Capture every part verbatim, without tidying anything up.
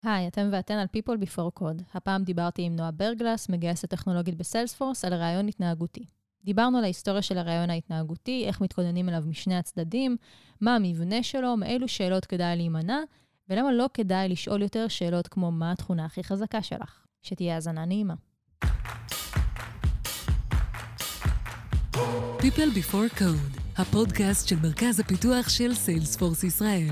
היי, אתם ואתן על People Before Code. הפעם דיברתי עם נועה ברגלס, מגייסת טכנולוגית בסיילספורס, על רעיון התנהגותי. דיברנו על ההיסטוריה של הרעיון ההתנהגותי, איך מתכוננים אליו משני הצדדים, מה המבנה שלו, מאילו שאלות כדאי להימנע, ולמה לא כדאי לשאול יותר שאלות כמו מה התכונה הכי חזקה שלך. שתהיה האזנה נעימה. People Before Code, הפודקאסט של מרכז הפיתוח של סיילספורס ישראל.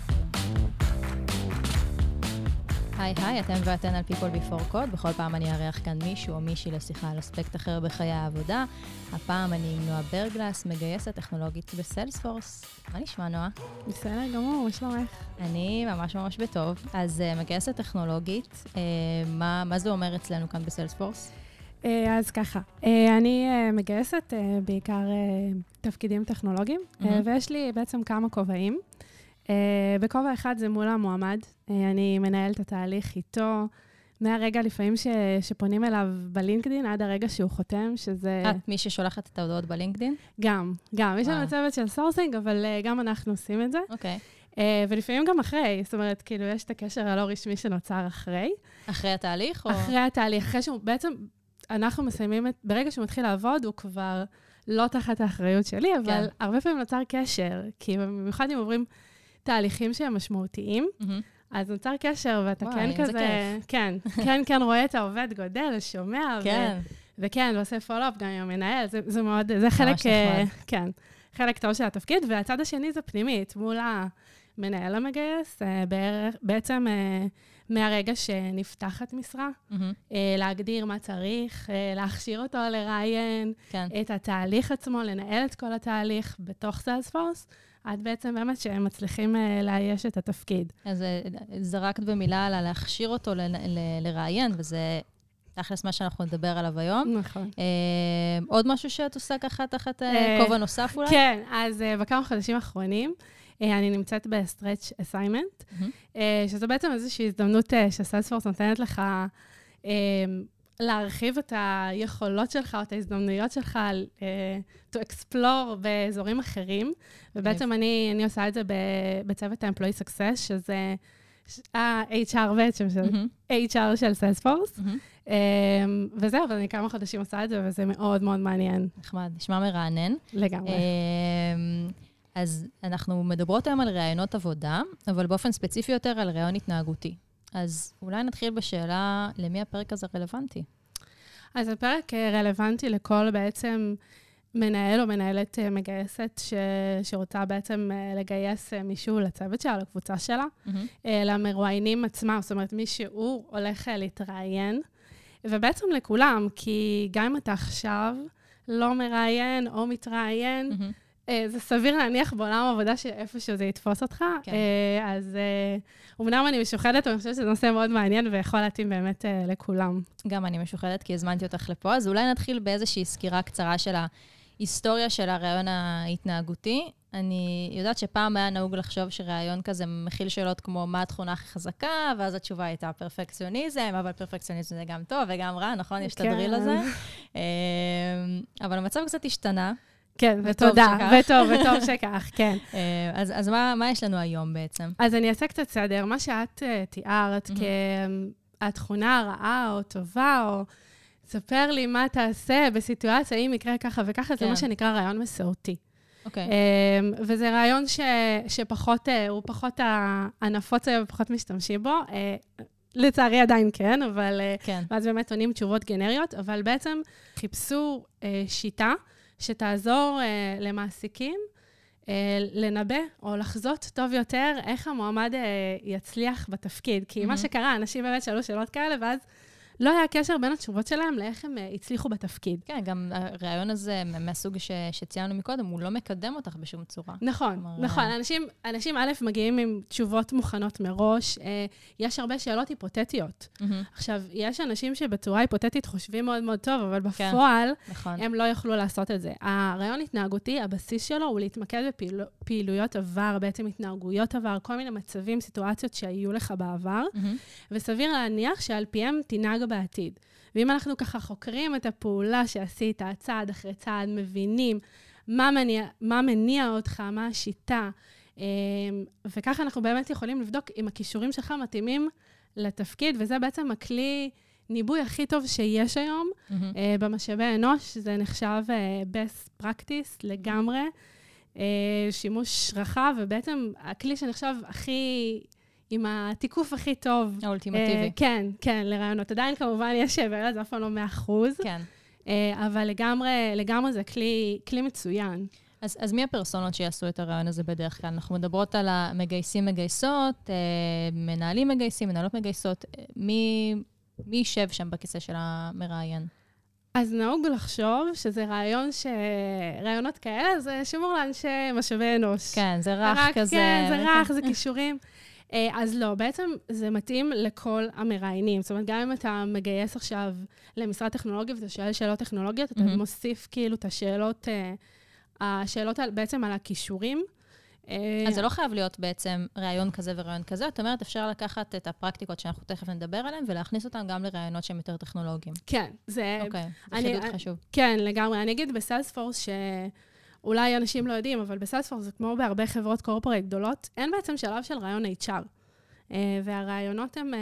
היי היי, אתם ואתן על People Before Code. בכל פעם אני אארח כאן מישהו או מישהי לשיחה על אספקט אחר בחיי העבודה. הפעם אני עם נועה ברגלס, מגייסת טכנולוגית בסיילספורס. מה נשמע, נועה? בסדר גמור, מה שלומך? אני ממש ממש בטוב. אז uh, מגייסת טכנולוגית, uh, מה, מה זה אומר אצלנו כאן בסיילספורס? Uh, אז ככה, uh, אני uh, מגייסת uh, בעיקר uh, תפקידים טכנולוגיים, mm-hmm. uh, ויש לי בעצם כמה כובעים. Uh, בכובע אחד זה מול המועמד, uh, אני מנהלת את התהליך איתו, מהרגע לפעמים ש, שפונים אליו בלינקדין, עד הרגע שהוא חותם, שזה... את מי ששולחת את ההודעות בלינקדין? גם, גם. יש לנו צוות של סורסינג, אבל uh, גם אנחנו עושים את זה. אוקיי. Okay. Uh, ולפעמים גם אחרי, זאת אומרת, כאילו, יש את הקשר הלא רשמי שנוצר אחרי. אחרי התהליך? או... אחרי התהליך, אחרי שהוא בעצם, אנחנו מסיימים את... ברגע שהוא מתחיל לעבוד, הוא כבר לא תחת האחריות שלי, אבל כן. הרבה פעמים נוצר קשר, כי במיוחד אם עוברים... תהליכים שהם משמעותיים, mm-hmm. אז נוצר קשר, ואתה וואי, כן כזה, כן, כן, כן רואה את העובד גודל, שומע, כן. ו- וכן, ועושה פולו-אפ גם עם המנהל, זה, זה מאוד, זה חלק, uh, כן, חלק טוב של התפקיד, והצד השני זה פנימית, מול המנהל המגייס, uh, בערך, בעצם uh, מהרגע שנפתחת משרה, mm-hmm. uh, להגדיר מה צריך, uh, להכשיר אותו לראיין, כן. את התהליך עצמו, לנהל את כל התהליך בתוך סיילספורס, עד בעצם באמת שהם מצליחים לאייש את התפקיד. אז זרקת במילה על להכשיר אותו ל- ל- לראיין, וזה תכלס מה שאנחנו נדבר עליו היום. נכון. אה, עוד משהו שאת עושה ככה תחת אה, כובע נוסף אולי? כן, אז אה, בכמה חודשים האחרונים, אה, אני נמצאת ב-Stretch Assignment, mm-hmm. אה, שזו בעצם איזושהי הזדמנות אה, שסיילספורס נותנת לך... אה, להרחיב את היכולות שלך, או את ההזדמנויות שלך, uh, to explore באזורים אחרים, ובעצם אני, אני עושה את זה בצוות ה-Employee Success, שזה ה-H R בעצם, של mm-hmm. H R של Salesforce, mm-hmm. um, וזהו, ואני כמה חודשים עושה את זה, וזה מאוד מאוד מעניין. נחמד, נשמע מרענן. לגמרי. Um, אז אנחנו מדברות היום על רעיונות עבודה, אבל באופן ספציפי יותר על רעיון התנהגותי. אז אולי נתחיל בשאלה, למי הפרק הזה רלוונטי? אז הפרק רלוונטי לכל בעצם מנהל או מנהלת מגייסת, ש... שרוצה בעצם לגייס מישהו לצוות שלה, לקבוצה שלה, mm-hmm. למרואיינים עצמם, זאת אומרת, מי שהוא הולך להתראיין, ובעצם לכולם, כי גם אם אתה עכשיו לא מראיין או מתראיין, mm-hmm. זה סביר להניח בעולם העבודה שאיפשהו זה יתפוס אותך, כן. אז אומנם אני משוחדת, אבל אני חושבת שזה נושא מאוד מעניין ויכול להתאים באמת לכולם. גם אני משוחדת, כי הזמנתי אותך לפה, אז אולי נתחיל באיזושהי סקירה קצרה של ההיסטוריה של הרעיון ההתנהגותי. אני יודעת שפעם היה נהוג לחשוב שרעיון כזה מכיל שאלות כמו מה התכונה הכי חזקה, ואז התשובה הייתה פרפקציוניזם, אבל פרפקציוניזם זה גם טוב וגם רע, נכון? יש את הדריל הזה. אבל המצב קצת השתנה. כן, ותודה, וטוב, וטוב שכך, כן. אז, אז מה, מה יש לנו היום בעצם? אז אני אעשה קצת סדר. מה שאת uh, תיארת כהתכונה הרעה או טובה, או ספר לי מה תעשה בסיטואציה, אם יקרה ככה וככה, זה מה שנקרא רעיון מסורתי. אוקיי. וזה רעיון ש, שפחות, הוא פחות הנפוץ היום ופחות משתמשים בו. לצערי עדיין כן, אבל כן. ואז באמת עונים תשובות גנריות, אבל בעצם חיפשו שיטה, שתעזור uh, למעסיקים uh, לנבא או לחזות טוב יותר איך המועמד uh, יצליח בתפקיד. כי mm-hmm. מה שקרה, אנשים באמת שאלו שאלות כאלה, ואז לא היה קשר בין התשובות שלהם לאיך הם uh, הצליחו בתפקיד. כן, גם הרעיון הזה, מהסוג ש- שציינו מקודם, הוא לא מקדם אותך בשום צורה. נכון, כלומר, נכון. אנשים, אנשים א' מגיעים עם תשובות מוכנות מראש, uh, יש הרבה שאלות היפותטיות. Mm-hmm. עכשיו, יש אנשים שבצורה היפותטית חושבים מאוד מאוד טוב, אבל בפועל, כן, נכון. הם לא יוכלו לעשות את זה. הרעיון התנהגותי, הבסיס שלו הוא להתמקד בפעילויות עבר, בעצם התנהגויות עבר, כל מיני מצבים, סיטואציות שהיו לך בעבר, mm-hmm. וסביר להניח שעל פיהם תנהג בעתיד. ואם אנחנו ככה חוקרים את הפעולה שעשית, צעד אחרי צעד, מבינים מה מניע, מה מניע אותך, מה השיטה, וככה אנחנו באמת יכולים לבדוק אם הכישורים שלך מתאימים לתפקיד, וזה בעצם הכלי ניבוי הכי טוב שיש היום. Mm-hmm. Uh, במשאבי אנוש, זה נחשב uh, best practice לגמרי, uh, שימוש רחב, ובעצם הכלי שנחשב הכי, עם התיקוף הכי טוב. האולטימטיבי. Uh, כן, כן, לרעיונות. עדיין כמובן יש שבר, זה אף פעם לא מאה אחוז. כן. Uh, אבל לגמרי, לגמרי זה כלי, כלי מצוין. אז, אז מי הפרסונות שיעשו את הרעיון הזה בדרך כלל? אנחנו מדברות על המגייסים מגייסות, uh, מנהלים מגייסים, מנהלות מגייסות. מי... מי יישב שם בכיסא של המראיין? אז נהוג לחשוב שזה רעיון ש... רעיונות כאלה, זה שימור לאנשי משאבי אנוש. כן, זה רך רק, כזה. כן, זה רך, זה קישורים. אז לא, בעצם זה מתאים לכל המראיינים. זאת אומרת, גם אם אתה מגייס עכשיו למשרד טכנולוגי ואתה שואל שאלות טכנולוגיות, אתה mm-hmm. מוסיף כאילו את השאלות, השאלות בעצם על הכישורים. אז זה לא חייב להיות בעצם רעיון כזה ורעיון כזה. זאת אומרת, אפשר לקחת את הפרקטיקות שאנחנו תכף נדבר עליהן, ולהכניס אותן גם לרעיונות שהם יותר טכנולוגיים. כן, זה... אוקיי, זה חידוד חשוב. כן, לגמרי. אני אגיד בסיילספורס שאולי אנשים לא יודעים, אבל בסיילספורס זה כמו בהרבה חברות קורפורייט גדולות, אין בעצם שלב של רעיון אייץ' אר. והרעיונות הם...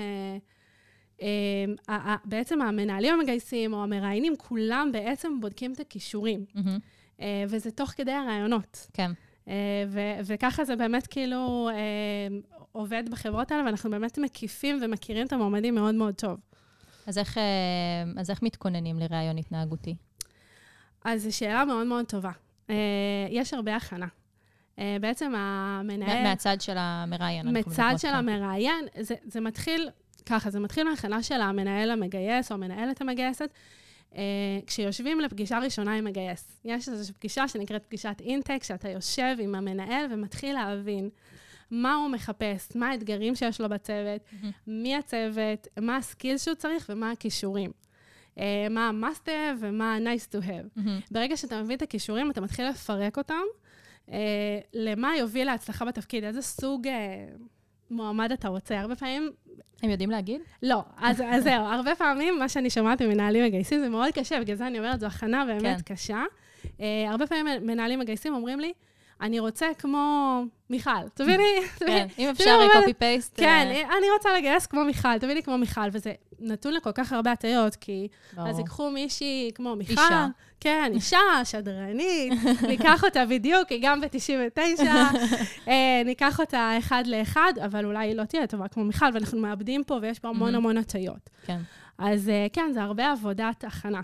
בעצם המנהלים המגייסים או המראיינים, כולם בעצם בודקים את הכישורים. וזה תוך כדי הרעיונות. כן. ו- וככה זה באמת כאילו עובד בחברות האלה, ואנחנו באמת מקיפים ומכירים את המועמדים מאוד מאוד טוב. אז איך, אז איך מתכוננים לרעיון התנהגותי? אז זו שאלה מאוד מאוד טובה. יש הרבה הכנה. בעצם המנהל... מהצד של המראיין. מצד של המראיין, זה, זה מתחיל ככה, זה מתחיל מהכנה של המנהל המגייס או המנהלת המגייסת, Uh, כשיושבים לפגישה ראשונה עם מגייס. יש איזושהי פגישה שנקראת פגישת אינטק, שאתה יושב עם המנהל ומתחיל להבין מה הוא מחפש, מה האתגרים שיש לו בצוות, mm-hmm. מי הצוות, מה הסקילס שהוא צריך ומה הכישורים. Uh, מה ה-must have ומה ה-nice to have. Mm-hmm. ברגע שאתה מביא את הכישורים, אתה מתחיל לפרק אותם, uh, למה יוביל להצלחה בתפקיד, איזה סוג... Uh, מועמד אתה רוצה, הרבה פעמים... הם יודעים להגיד? לא, אז, אז זהו, הרבה פעמים מה שאני שומעת ממנהלים מגייסים זה מאוד קשה, בגלל זה אני אומרת, זו הכנה באמת כן. קשה. Uh, הרבה פעמים מנהלים מגייסים אומרים לי, אני רוצה כמו מיכל, תביא לי... כן, אם אפשר, קופי פייסט. כן, אני רוצה לגייס כמו מיכל, תביא לי כמו מיכל, וזה נתון לכל כך הרבה הטעיות, כי אז ייקחו מישהי כמו מיכל. אישה. כן, אישה, שדרנית, ניקח אותה בדיוק, היא גם ב-תשעים ותשע, ניקח אותה אחד לאחד, אבל אולי היא לא תהיה טובה כמו מיכל, ואנחנו מאבדים פה, ויש פה המון המון הטעיות. כן. אז כן, זה הרבה עבודת הכנה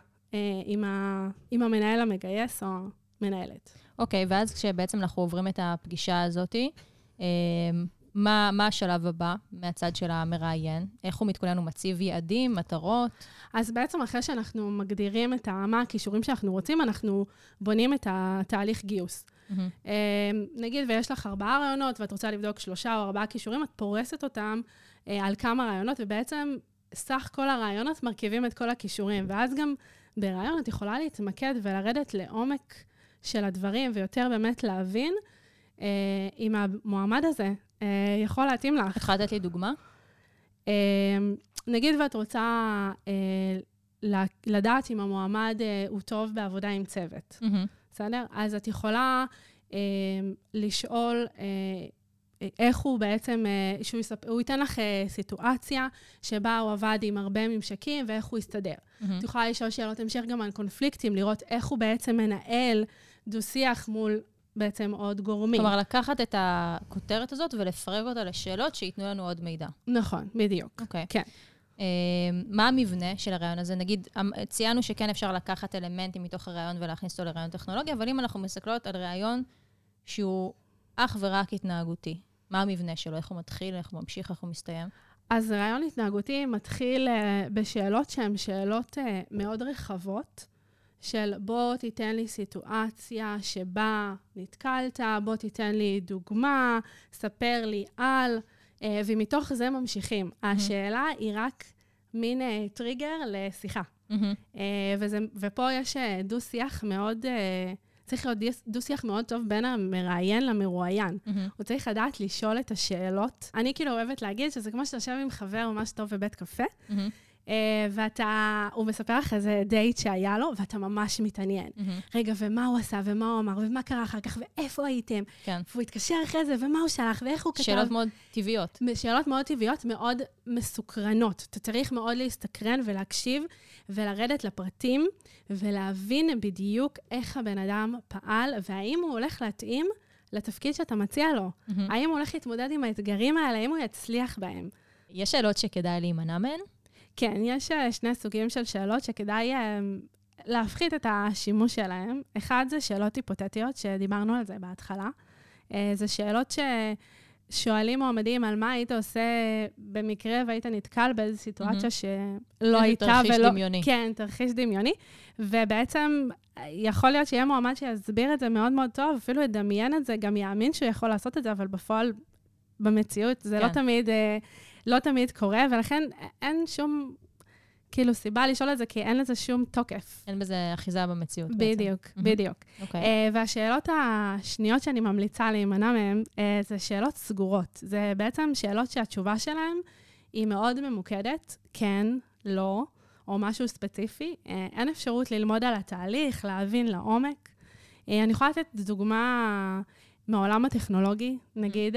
עם המנהל המגייס או מנהלת. אוקיי, ואז כשבעצם אנחנו עוברים את הפגישה הזאת, מה, מה השלב הבא מהצד של המראיין? איך הוא מתכונן? הוא מציב יעדים, מטרות? אז בעצם אחרי שאנחנו מגדירים את מה הכישורים שאנחנו רוצים, אנחנו בונים את התהליך גיוס. Mm-hmm. נגיד, ויש לך ארבעה רעיונות, ואת רוצה לבדוק שלושה או ארבעה כישורים, את פורסת אותם על כמה רעיונות, ובעצם סך כל הרעיונות מרכיבים את כל הכישורים. ואז גם ברעיון את יכולה להתמקד ולרדת לעומק של הדברים, ויותר באמת להבין אם המועמד הזה יכול להתאים לך. את יכולה לתת לי דוגמה? נגיד ואת רוצה לדעת אם המועמד הוא טוב בעבודה עם צוות. בסדר? אז את יכולה לשאול איך הוא בעצם, שהוא ייתן לך סיטואציה שבה הוא עבד עם הרבה ממשקים ואיך הוא יסתדר. את יכולה לשאול שאלות המשך גם על קונפליקטים, לראות איך הוא בעצם מנהל דו-שיח מול בעצם עוד גורמים. כלומר, לקחת את הכותרת הזאת ולפרק אותה לשאלות שייתנו לנו עוד מידע. נכון, בדיוק. אוקיי. כן. מה המבנה של הרעיון הזה? נגיד, ציינו שכן אפשר לקחת אלמנטים מתוך הרעיון ולהכניס אותו לרעיון טכנולוגיה, אבל אם אנחנו מסתכלות על רעיון שהוא אך ורק התנהגותי, מה המבנה שלו? איך הוא מתחיל, איך הוא ממשיך, איך הוא מסתיים? אז רעיון התנהגותי מתחיל בשאלות שהן שאלות מאוד רחבות, של בוא תיתן לי סיטואציה שבה נתקלת, בוא תיתן לי דוגמה, ספר לי על, ומתוך זה ממשיכים. Mm-hmm. השאלה היא רק מין טריגר לשיחה. Mm-hmm. וזה, ופה יש דו-שיח מאוד, צריך להיות דו-שיח מאוד טוב בין המראיין למרואיין. Mm-hmm. הוא צריך לדעת לשאול את השאלות. אני כאילו אוהבת להגיד שזה כמו שאתה יושב עם חבר ממש טוב בבית קפה, mm-hmm. ואתה, הוא מספר לך איזה דייט שהיה לו, ואתה ממש מתעניין. רגע, ומה הוא עשה, ומה הוא אמר, ומה קרה אחר כך, ואיפה הייתם? כן. והוא התקשר אחרי זה, ומה הוא שלח, ואיך הוא כתב. שאלות מאוד טבעיות. שאלות מאוד טבעיות, מאוד מסוקרנות. אתה צריך מאוד להסתקרן ולהקשיב, ולרדת לפרטים, ולהבין בדיוק איך הבן אדם פעל, והאם הוא הולך להתאים לתפקיד שאתה מציע לו. האם הוא הולך להתמודד עם האתגרים האלה, האם הוא יצליח בהם. יש שאלות שכדאי להימנע מהן? כן, יש שני סוגים של שאלות שכדאי להפחית את השימוש שלהם. אחד זה שאלות היפותטיות, שדיברנו על זה בהתחלה. זה שאלות ששואלים מועמדים על מה היית עושה במקרה והיית נתקל באיזו סיטואציה שלא הייתה. תרחיש דמיוני. כן, תרחיש דמיוני. ובעצם יכול להיות שיהיה מועמד שיסביר את זה מאוד מאוד טוב, אפילו ידמיין את זה, גם יאמין שהוא יכול לעשות את זה, אבל בפועל, במציאות, זה לא תמיד... לא תמיד קורה, ולכן אין שום, כאילו, סיבה לשאול את זה, כי אין לזה שום תוקף. אין בזה אחיזה במציאות בעצם. בדיוק, בדיוק. אוקיי. והשאלות השניות שאני ממליצה להימנע מהן, זה שאלות סגורות. זה בעצם שאלות שהתשובה שלהן היא מאוד ממוקדת, כן, לא, או משהו ספציפי. אין אפשרות ללמוד על התהליך, להבין לעומק. אני יכולה לתת דוגמה מעולם הטכנולוגי, נגיד...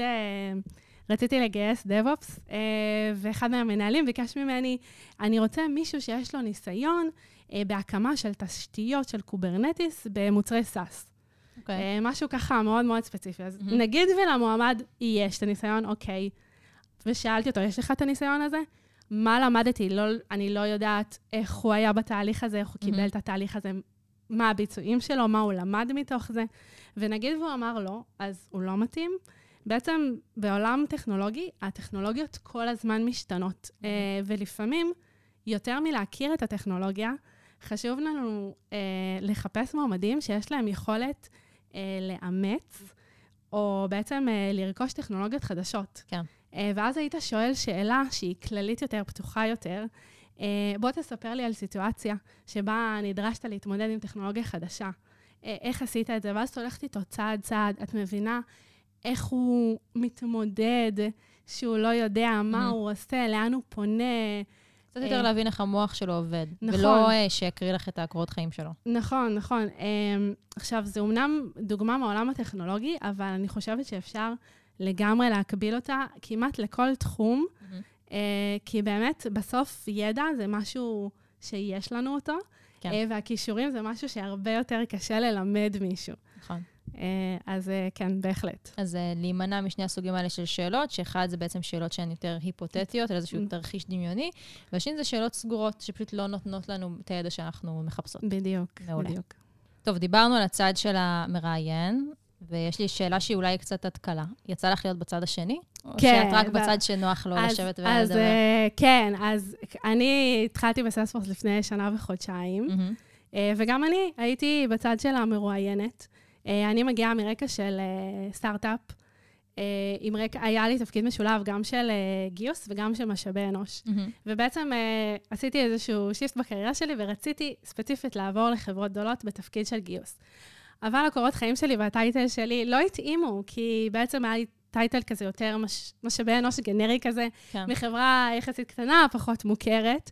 רציתי לגייס דב-אופס, ואחד מהמנהלים ביקש ממני, אני רוצה מישהו שיש לו ניסיון בהקמה של תשתיות של קוברנטיס במוצרי סאס. Okay. משהו ככה מאוד מאוד ספציפי. אז mm-hmm. נגיד ולמועמד יש את הניסיון, אוקיי, ושאלתי אותו, יש לך את הניסיון הזה? מה למדתי? לא, אני לא יודעת איך הוא היה בתהליך הזה, איך הוא mm-hmm. קיבל את התהליך הזה, מה הביצועים שלו, מה הוא למד מתוך זה. ונגיד והוא אמר לא, אז הוא לא מתאים. בעצם בעולם טכנולוגי, הטכנולוגיות כל הזמן משתנות, mm-hmm. ולפעמים, יותר מלהכיר את הטכנולוגיה, חשוב לנו אה, לחפש מועמדים שיש להם יכולת אה, לאמץ, או בעצם אה, לרכוש טכנולוגיות חדשות. כן. אה, ואז היית שואל שאלה שהיא כללית יותר, פתוחה יותר, אה, בוא תספר לי על סיטואציה שבה נדרשת להתמודד עם טכנולוגיה חדשה. אה, איך עשית את זה? ואז אתה הולכת איתו צעד צעד, את מבינה איך הוא מתמודד, שהוא לא יודע מה הוא עושה, לאן הוא פונה. קצת יותר להבין איך המוח שלו עובד. נכון. ולא שיקריא לך את הקורות חיים שלו. נכון, נכון. עכשיו, זה אומנם דוגמה מעולם הטכנולוגי, אבל אני חושבת שאפשר לגמרי להקביל אותה כמעט לכל תחום, כי באמת, בסוף ידע זה משהו שיש לנו אותו, והכישורים זה משהו שהרבה יותר קשה ללמד מישהו. נכון. אז כן, בהחלט. אז להימנע משני הסוגים האלה של שאלות, שאחד זה בעצם שאלות שהן יותר היפותטיות, על איזשהו תרחיש דמיוני, והשני זה שאלות סגורות, שפשוט לא נותנות לנו את הידע שאנחנו מחפשות. בדיוק, מעולה. בדיוק. טוב, דיברנו על הצד של המראיין, ויש לי שאלה שהיא קצת התקלה. יצא לך להיות בצד השני? או כן. שאת רק בצד שנוח לו לשבת ולדבר? אז כן, אז אני התחלתי בסיילספורס לפני שנה וחודשיים, וגם אני הייתי בצד של המרואיינת. אני מגיעה מרקע של סטארט-אפ, עם רקע, היה לי תפקיד משולב גם של גיוס וגם של משאבי אנוש. ובעצם עשיתי איזשהו שיפט בקריירה שלי, ורציתי ספציפית לעבור לחברות גדולות בתפקיד של גיוס. אבל הקורות חיים שלי והטייטל שלי לא התאימו, כי בעצם היה לי טייטל כזה יותר מש, משאבי אנוש גנרי כזה, כן. מחברה יחסית קטנה, פחות מוכרת,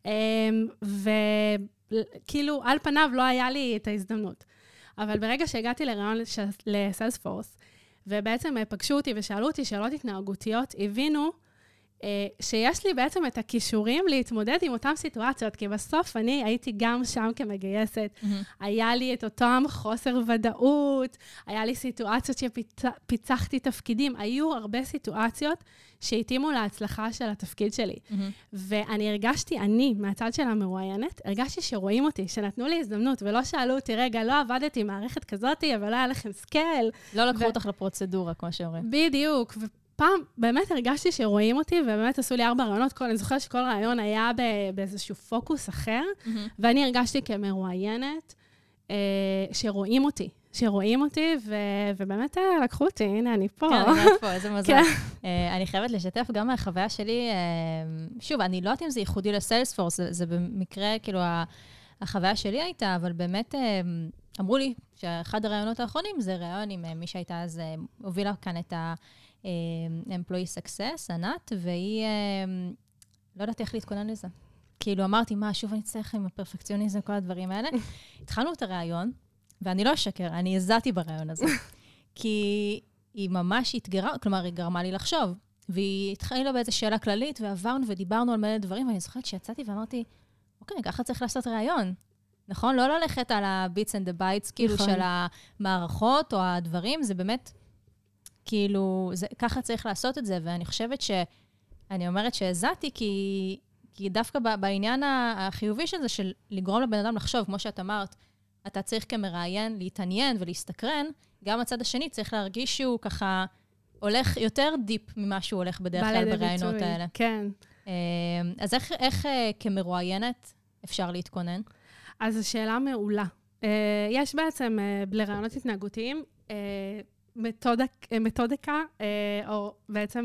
וכאילו על פניו לא היה לי את ההזדמנות. אבל ברגע שהגעתי לרעיון לסיילספורס, ובעצם פגשו אותי ושאלו אותי שאלות התנהגותיות, הבינו אה, שיש לי בעצם את הכישורים להתמודד עם אותן סיטואציות, כי בסוף אני הייתי גם שם כמגייסת, mm-hmm. היה לי את אותם חוסר ודאות, היה לי סיטואציות שפיצחתי תפקידים, היו הרבה סיטואציות שהתאימו להצלחה של התפקיד שלי. Mm-hmm. ואני הרגשתי, אני, מהצד של המרואיינת, הרגשתי שרואים אותי, שנתנו לי הזדמנות, ולא שאלו אותי, רגע, לא עבדתי מערכת כזאת, אבל לא היה לכם סקל. לא לקחו ו... אותך לפרוצדורה, כמו שאומרים. בדיוק, ופעם באמת הרגשתי שרואים אותי, ובאמת עשו לי ארבע רעיונות, כל, אני זוכרת שכל רעיון היה באיזשהו פוקוס אחר, mm-hmm. ואני הרגשתי כמרואיינת, אה, שרואים אותי. שרואים אותי, ו... ובאמת לקחו אותי, הנה, אני פה. כן, אני גם פה, איזה מזל. כן. uh, אני חייבת לשתף גם מהחוויה שלי, uh, שוב, אני לא יודעת אם זה ייחודי לסיילספורס, זה, זה במקרה, כאילו, החוויה שלי הייתה, אבל באמת uh, אמרו לי שאחד הרעיונות האחרונים זה רעיון עם uh, מי שהייתה אז, uh, הובילה כאן את ה-Employee Success, ענת, והיא, uh, לא יודעת איך להתכונן לזה. כאילו אמרתי, מה, שוב אני צריך עם הפרפקציוניזם, כל הדברים האלה. התחלנו את הרעיון, ואני לא אשקר, אני הזעתי ברעיון הזה. כי היא ממש התגרה, כלומר, היא גרמה לי לחשוב. והיא התחילה באיזו שאלה כללית, ועברנו ודיברנו על מלא דברים, ואני זוכרת שיצאתי ואמרתי, אוקיי, ככה צריך לעשות רעיון. נכון? לא ללכת על ה-bits and the bytes, כאילו, של המערכות או הדברים, זה באמת, כאילו, זה, ככה צריך לעשות את זה, ואני חושבת ש... אני אומרת שהזעתי, כי, כי דווקא בעניין החיובי של זה, של לגרום לבן אדם לחשוב, כמו שאת אמרת, אתה צריך כמראיין להתעניין ולהסתקרן, גם הצד השני צריך להרגיש שהוא ככה הולך יותר דיפ ממה שהוא הולך בדרך כלל ברעיונות האלה. כן. אז איך, איך כמרואיינת אפשר להתכונן? אז השאלה מעולה. יש בעצם לרעיונות התנהגותיים מתודק, מתודיקה, או בעצם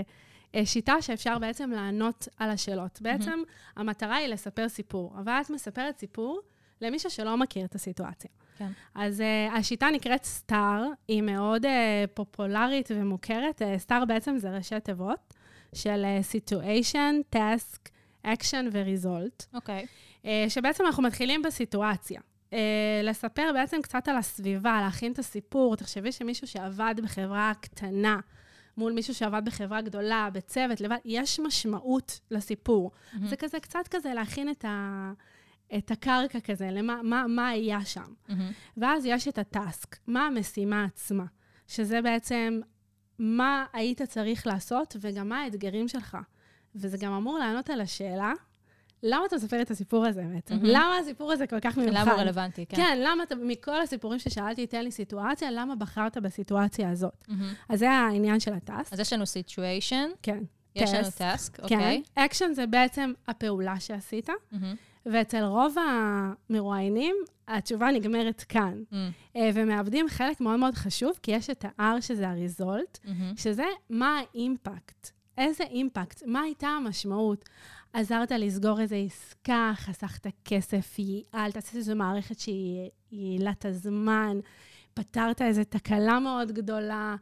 שיטה שאפשר בעצם לענות על השאלות. בעצם mm-hmm. המטרה היא לספר סיפור, אבל את מספרת סיפור למישהו שלא מכיר את הסיטואציה. כן. אז uh, השיטה נקראת סטאר, היא מאוד uh, פופולרית ומוכרת. Uh, סטאר בעצם זה ראשי תיבות של uh, Situation, Task, Action ו-Result. אוקיי. Okay. Uh, שבעצם אנחנו מתחילים בסיטואציה. Uh, לספר בעצם קצת על הסביבה, להכין את הסיפור. תחשבי שמישהו שעבד בחברה קטנה, מול מישהו שעבד בחברה גדולה, בצוות, לבד, יש משמעות לסיפור. Mm-hmm. זה כזה, קצת כזה להכין את, ה, את הקרקע כזה, למה, מה, מה היה שם. Mm-hmm. ואז יש את הטאסק, מה המשימה עצמה, שזה בעצם מה היית צריך לעשות, וגם מה האתגרים שלך. וזה גם אמור לענות על השאלה, למה אתה מספר את הסיפור הזה בעצם? Mm-hmm. למה הסיפור הזה כל כך מיוחד? למה הוא רלוונטי, כן. כן, למה אתה, מכל הסיפורים ששאלתי, תן לי סיטואציה, למה בחרת בסיטואציה הזאת? Mm-hmm. אז זה העניין של הטאסק. אז יש לנו situation. כן. יש לנו טאסק, אוקיי. כן. אקשן זה בעצם הפעולה שעשית, mm-hmm. ואצל רוב המרואיינים, התשובה נגמרת כאן. Mm-hmm. ומאבדים חלק מאוד מאוד חשוב, כי יש את ה-R שזה הריזולט, mm-hmm. שזה מה האימפקט. איזה אימפקט? מה הייתה המשמעות? עזרת לסגור איזו עסקה, חסכת כסף, יעלת, עשית איזו מערכת שהיא יעילת הזמן, פתרת איזו תקלה מאוד גדולה.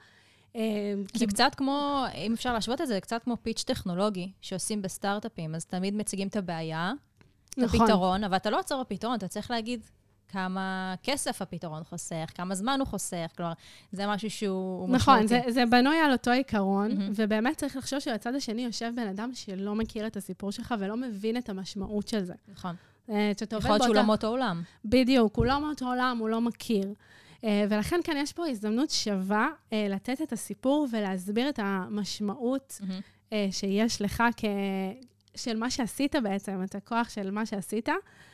זה קצת כמו, אם אפשר להשוות את זה, זה קצת כמו פיץ' טכנולוגי שעושים בסטארט-אפים, אז תמיד מציגים את הבעיה, את הפתרון, אבל אתה לא עוצר בפתרון, אתה צריך להגיד כמה כסף הפתרון חוסך, כמה זמן הוא חוסך, כלומר, זה משהו שהוא משמעותי. נכון, זה, זה בנוי על אותו עיקרון, mm-hmm. ובאמת צריך לחשוב שלצד השני יושב בן אדם שלא מכיר את הסיפור שלך, ולא מבין את המשמעות של זה. נכון. יכול להיות שהוא לא מאותו עולם. בדיוק, הוא לא מאותו עולם, הוא לא מכיר. ולכן כאן יש פה הזדמנות שווה לתת את הסיפור, ולהסביר את המשמעות mm-hmm. שיש לך כ... של מה שעשית בעצם, את הכוח של מה שעשית,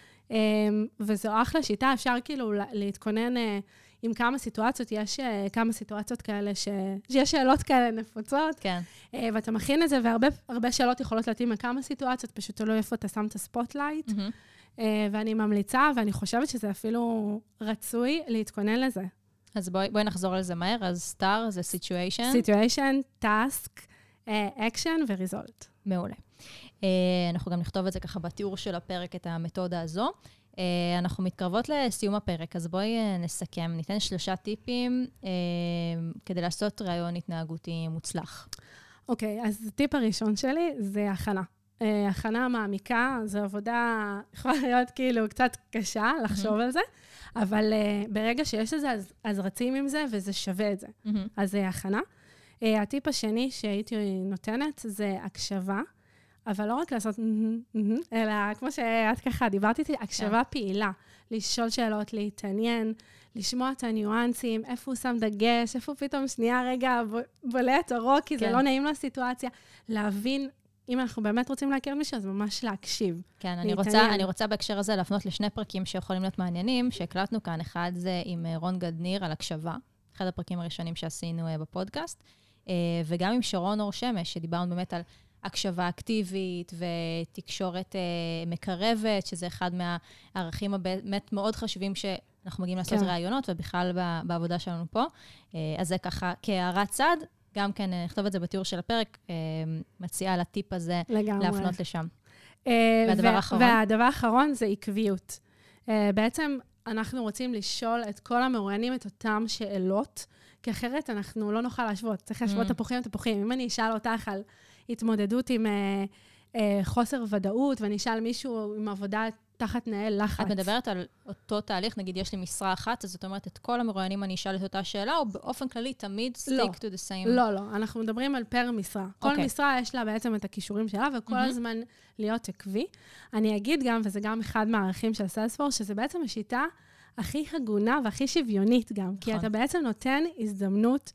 וזו אחלה שיטה, אפשר כאילו להתכונן עם כמה סיטואציות, יש כמה סיטואציות כאלה, שיש שאלות כאלה נפוצות, כן. ואתה מכין את זה, והרבה שאלות יכולות להתאים לכמה סיטואציות, פשוט תלוי איפה אתה שם את הספוטלייט, ואני ממליצה, ואני חושבת שזה אפילו רצוי להתכונן לזה. אז בואי נחזור על זה מהר, אז סטאר זה situation. situation, task, action ו-result. מעולה. אנחנו גם נכתוב את זה ככה בתיאור של הפרק, את המתודה הזו. אנחנו מתקרבות לסיום הפרק, אז בואי נסכם. ניתן שלושה טיפים כדי לעשות רעיון התנהגותי מוצלח. אוקיי, אז הטיפ הראשון שלי זה הכנה. הכנה מעמיקה, זו עבודה, יכולה להיות כאילו קצת קשה לחשוב על זה, אבל ברגע שיש את זה, אז, אז רצים עם זה וזה שווה את זה. אז זה הכנה. הטיפ השני שהייתי נותנת זה הקשבה, אבל לא רק לעשות, אלא כמו שאת ככה דיברת איתי, הקשבה פעילה, לשאול שאלות, להתעניין, לשמוע את הניואנסים, איפה הוא שם דגש, איפה פתאום שנייה רגע בולע את אורו, כי זה לא נעים לסיטואציה, להבין, אם אנחנו באמת רוצים להכיר מישהו, אז ממש להקשיב. כן, אני רוצה, אני רוצה בהקשר הזה להפנות לשני פרקים שיכולים להיות מעניינים, שהקלטנו כאן, אחד זה עם רון גדניר על הקשבה, אחד הפרקים הראשונים שעשינו בפודקאסט, וגם עם שרון אור שמש, שדיברנו באמת על הקשבה אקטיבית ותקשורת מקרבת, שזה אחד מהערכים הבאמת מאוד חשובים שאנחנו מגיעים לעשות רעיונות, ובכלל בעבודה שלנו פה. אז זה ככה, כהערת צד, גם כן נכתוב את זה בתיאור של הפרק, מציעה לטיפ הזה להפנות לשם. והדבר האחרון? והדבר האחרון זה עקביות. בעצם אנחנו רוצים לשאול את כל המרואיינים את אותם שאלות, כי אחרת אנחנו לא נוכל להשוות. צריך להשוות תפוחים ותפוחים. אם אני אשאל אותך על התמודדות עם אה, חוסר ודאות, ואני אשאל מישהו עם עבודה תחת נהל לחץ. את מדברת על אותו תהליך, נגיד יש לי משרה אחת, אז זאת אומרת, את כל המרואיינים אני אשאל את אותה שאלה, או באופן כללי תמיד stick לא, to the same? לא, לא, אנחנו מדברים על פר משרה. כל אוקיי. משרה יש לה בעצם את הכישורים שלה, וכל Mm-hmm. הזמן להיות עקבי. אני אגיד גם, וזה גם אחד מהערכים של סיילספורס, שזה בעצם השיטה הכי הגונה והכי שוויונית גם, נכון. כי אתה בעצם נותן הזדמנות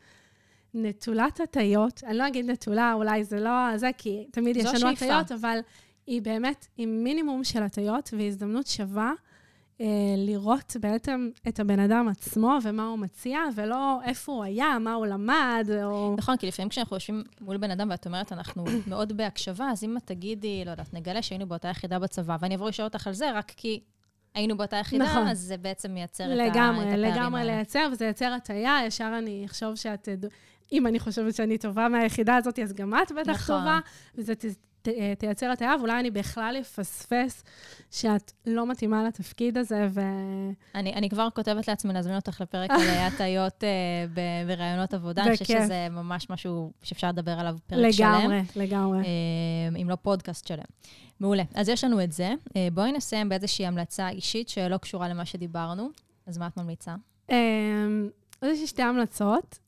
נטולת הטיות, אני לא אגיד נטולה, אולי זה לא זה, כי תמיד יש לנו הטיות, אבל היא באמת עם מינימום של הטיות, והזדמנות שווה אה, לראות בעצם את הבן אדם עצמו, ומה הוא מציע, ולא איפה הוא היה, מה הוא למד, או... נכון, כי לפעמים כשאנחנו יושבים מול בן אדם, ואת אומרת, אנחנו מאוד בהקשבה, אז אם את תגידי, לא יודעת, נגלה שהיינו באותה יחידה בצבא, ואני אבוא לשאול אותך על זה, רק כי היינו באותה יחידה, נכון. אז זה בעצם מייצר לגמרי, את הפערים. לגמרי, לגמרי לייצר, וזה ייצר הטיה, ישר אני אחשוב שאת... אם אני חושבת שאני טובה מהיחידה הזאת, אז גם את בטח נכון. טובה, וזה ת, ת, תייצר הטיה, ואולי אני בכלל אפספס שאת לא מתאימה לתפקיד הזה, ו... אני, אני כבר כותבת לעצמי להזמין אותך לפרק על הטיות uh, ברעיונות עבודה, אני חושבת שזה ממש משהו שאפשר לדבר עליו פרק לגמרי, שלם. לגמרי, לגמרי. Uh, אם לא פודקאסט שלם. מעולה. אז יש לנו את זה. Uh, בואי נסיים באיזושהי המלצה אישית שלא קשורה למה שדיברנו. אז מה את ממליצה? Um, יש לי שתי המלצות.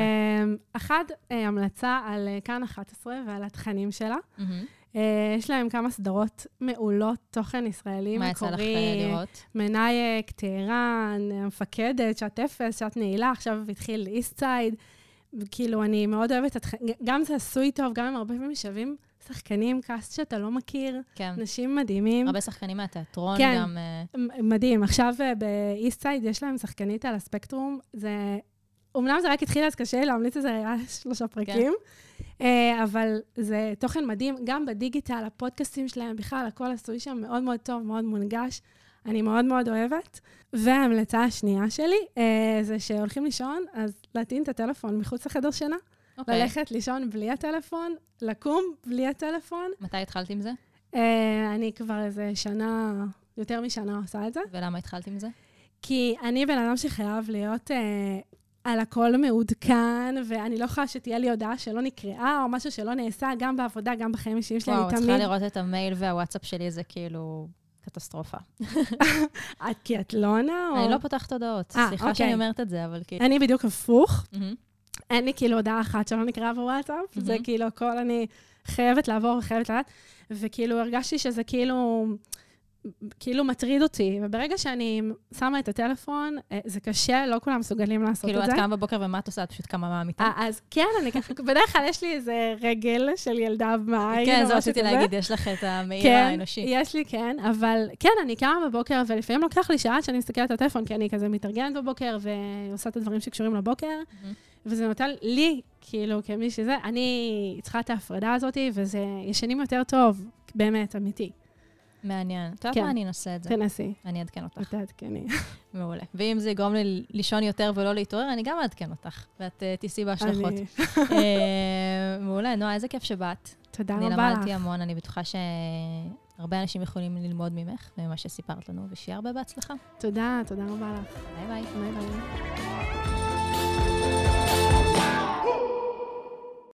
אחת, המלצה על כאן אחת עשרה ועל התכנים שלה. יש להם כמה סדרות מעולות, תוכן ישראלי מקורי. מה יצא לך לראות? מנאייק, טהרן, המפקדת, שעת אפס, שעת נעילה, עכשיו התחיל איסט סייד. כאילו, אני מאוד אוהבת, גם זה עשוי טוב, גם הם הרבה פעמים שווים שחקנים, קאסט שאתה לא מכיר, כן. נשים מדהימים. הרבה שחקנים מהתיאטרון כן, גם... מדהים. עכשיו באיסט סייד יש להם שחקנית על הספקטרום, זה... אומנם זה רק התחיל, אז קשה להמליץ את זה, היה שלושה פרקים, כן. אבל זה תוכן מדהים, גם בדיגיטל, הפודקאסטים שלהם בכלל, הכל עשוי שם מאוד מאוד טוב, מאוד מונגש, אני מאוד מאוד אוהבת. וההמלצה השנייה שלי, זה שהולכים לישון, אז להטעין את הטלפון מחוץ לחדר שינה, okay. ללכת לישון בלי הטלפון, לקום בלי הטלפון. מתי התחלת עם זה? אני כבר איזה שנה, יותר משנה עושה את זה. ולמה התחלת עם זה? כי אני בן אדם שחייב להיות... על הכל מעודכן, ואני לא יכולה שתהיה לי הודעה שלא נקראה, או משהו שלא נעשה, גם בעבודה, גם בחיים אישיים שלי. וואו, צריכה לראות את המייל והוואטסאפ שלי, זה כאילו קטסטרופה. את כי את לא עונה? אני לא פותחת הודעות. סליחה שאני אומרת את זה, אבל כאילו... אני בדיוק הפוך. אין לי כאילו הודעה אחת שלא נקראה בוואטסאפ, זה כאילו הכל אני חייבת לעבור וחייבת לדעת, וכאילו הרגשתי שזה כאילו... כאילו מטריד אותי, וברגע שאני שמה את הטלפון, זה קשה, לא כולם מסוגלים לעשות את זה. כאילו, את קמה בבוקר ומה את עושה? את פשוט קמה מהמיטה? אז כן, אני ככה, בדרך כלל יש לי איזה רגל של ילדה במעי. כן, זה רציתי להגיד, יש לך את המעיר האנושי. כן, יש לי, כן, אבל כן, אני קמה בבוקר, ולפעמים לוקח לי שעה שאני מסתכלת על הטלפון, כי אני כזה מתארגנת בבוקר, ועושה את הדברים שקשורים לבוקר, וזה נותן לי, כאילו, כמי שזה, אני צריכה את ההפרדה הזאת, וזה ישנים יותר טוב, באמת, אמיתי. מעניין. אתה יודעת מה, אני אנסה את זה. תנסי. אני אעדכן אותך. תעדכני. מעולה. ואם זה יגרום לי לישון יותר ולא להתעורר, אני גם אעדכן אותך, ואת תיסעי בהשלכות. מעולה. נועה, איזה כיף שבאת. תודה רבה לך. אני למדתי המון, אני בטוחה שהרבה אנשים יכולים ללמוד ממך, וממה שסיפרת לנו, ושיהיה הרבה בהצלחה. תודה, תודה רבה לך. ביי ביי. ביי ביי.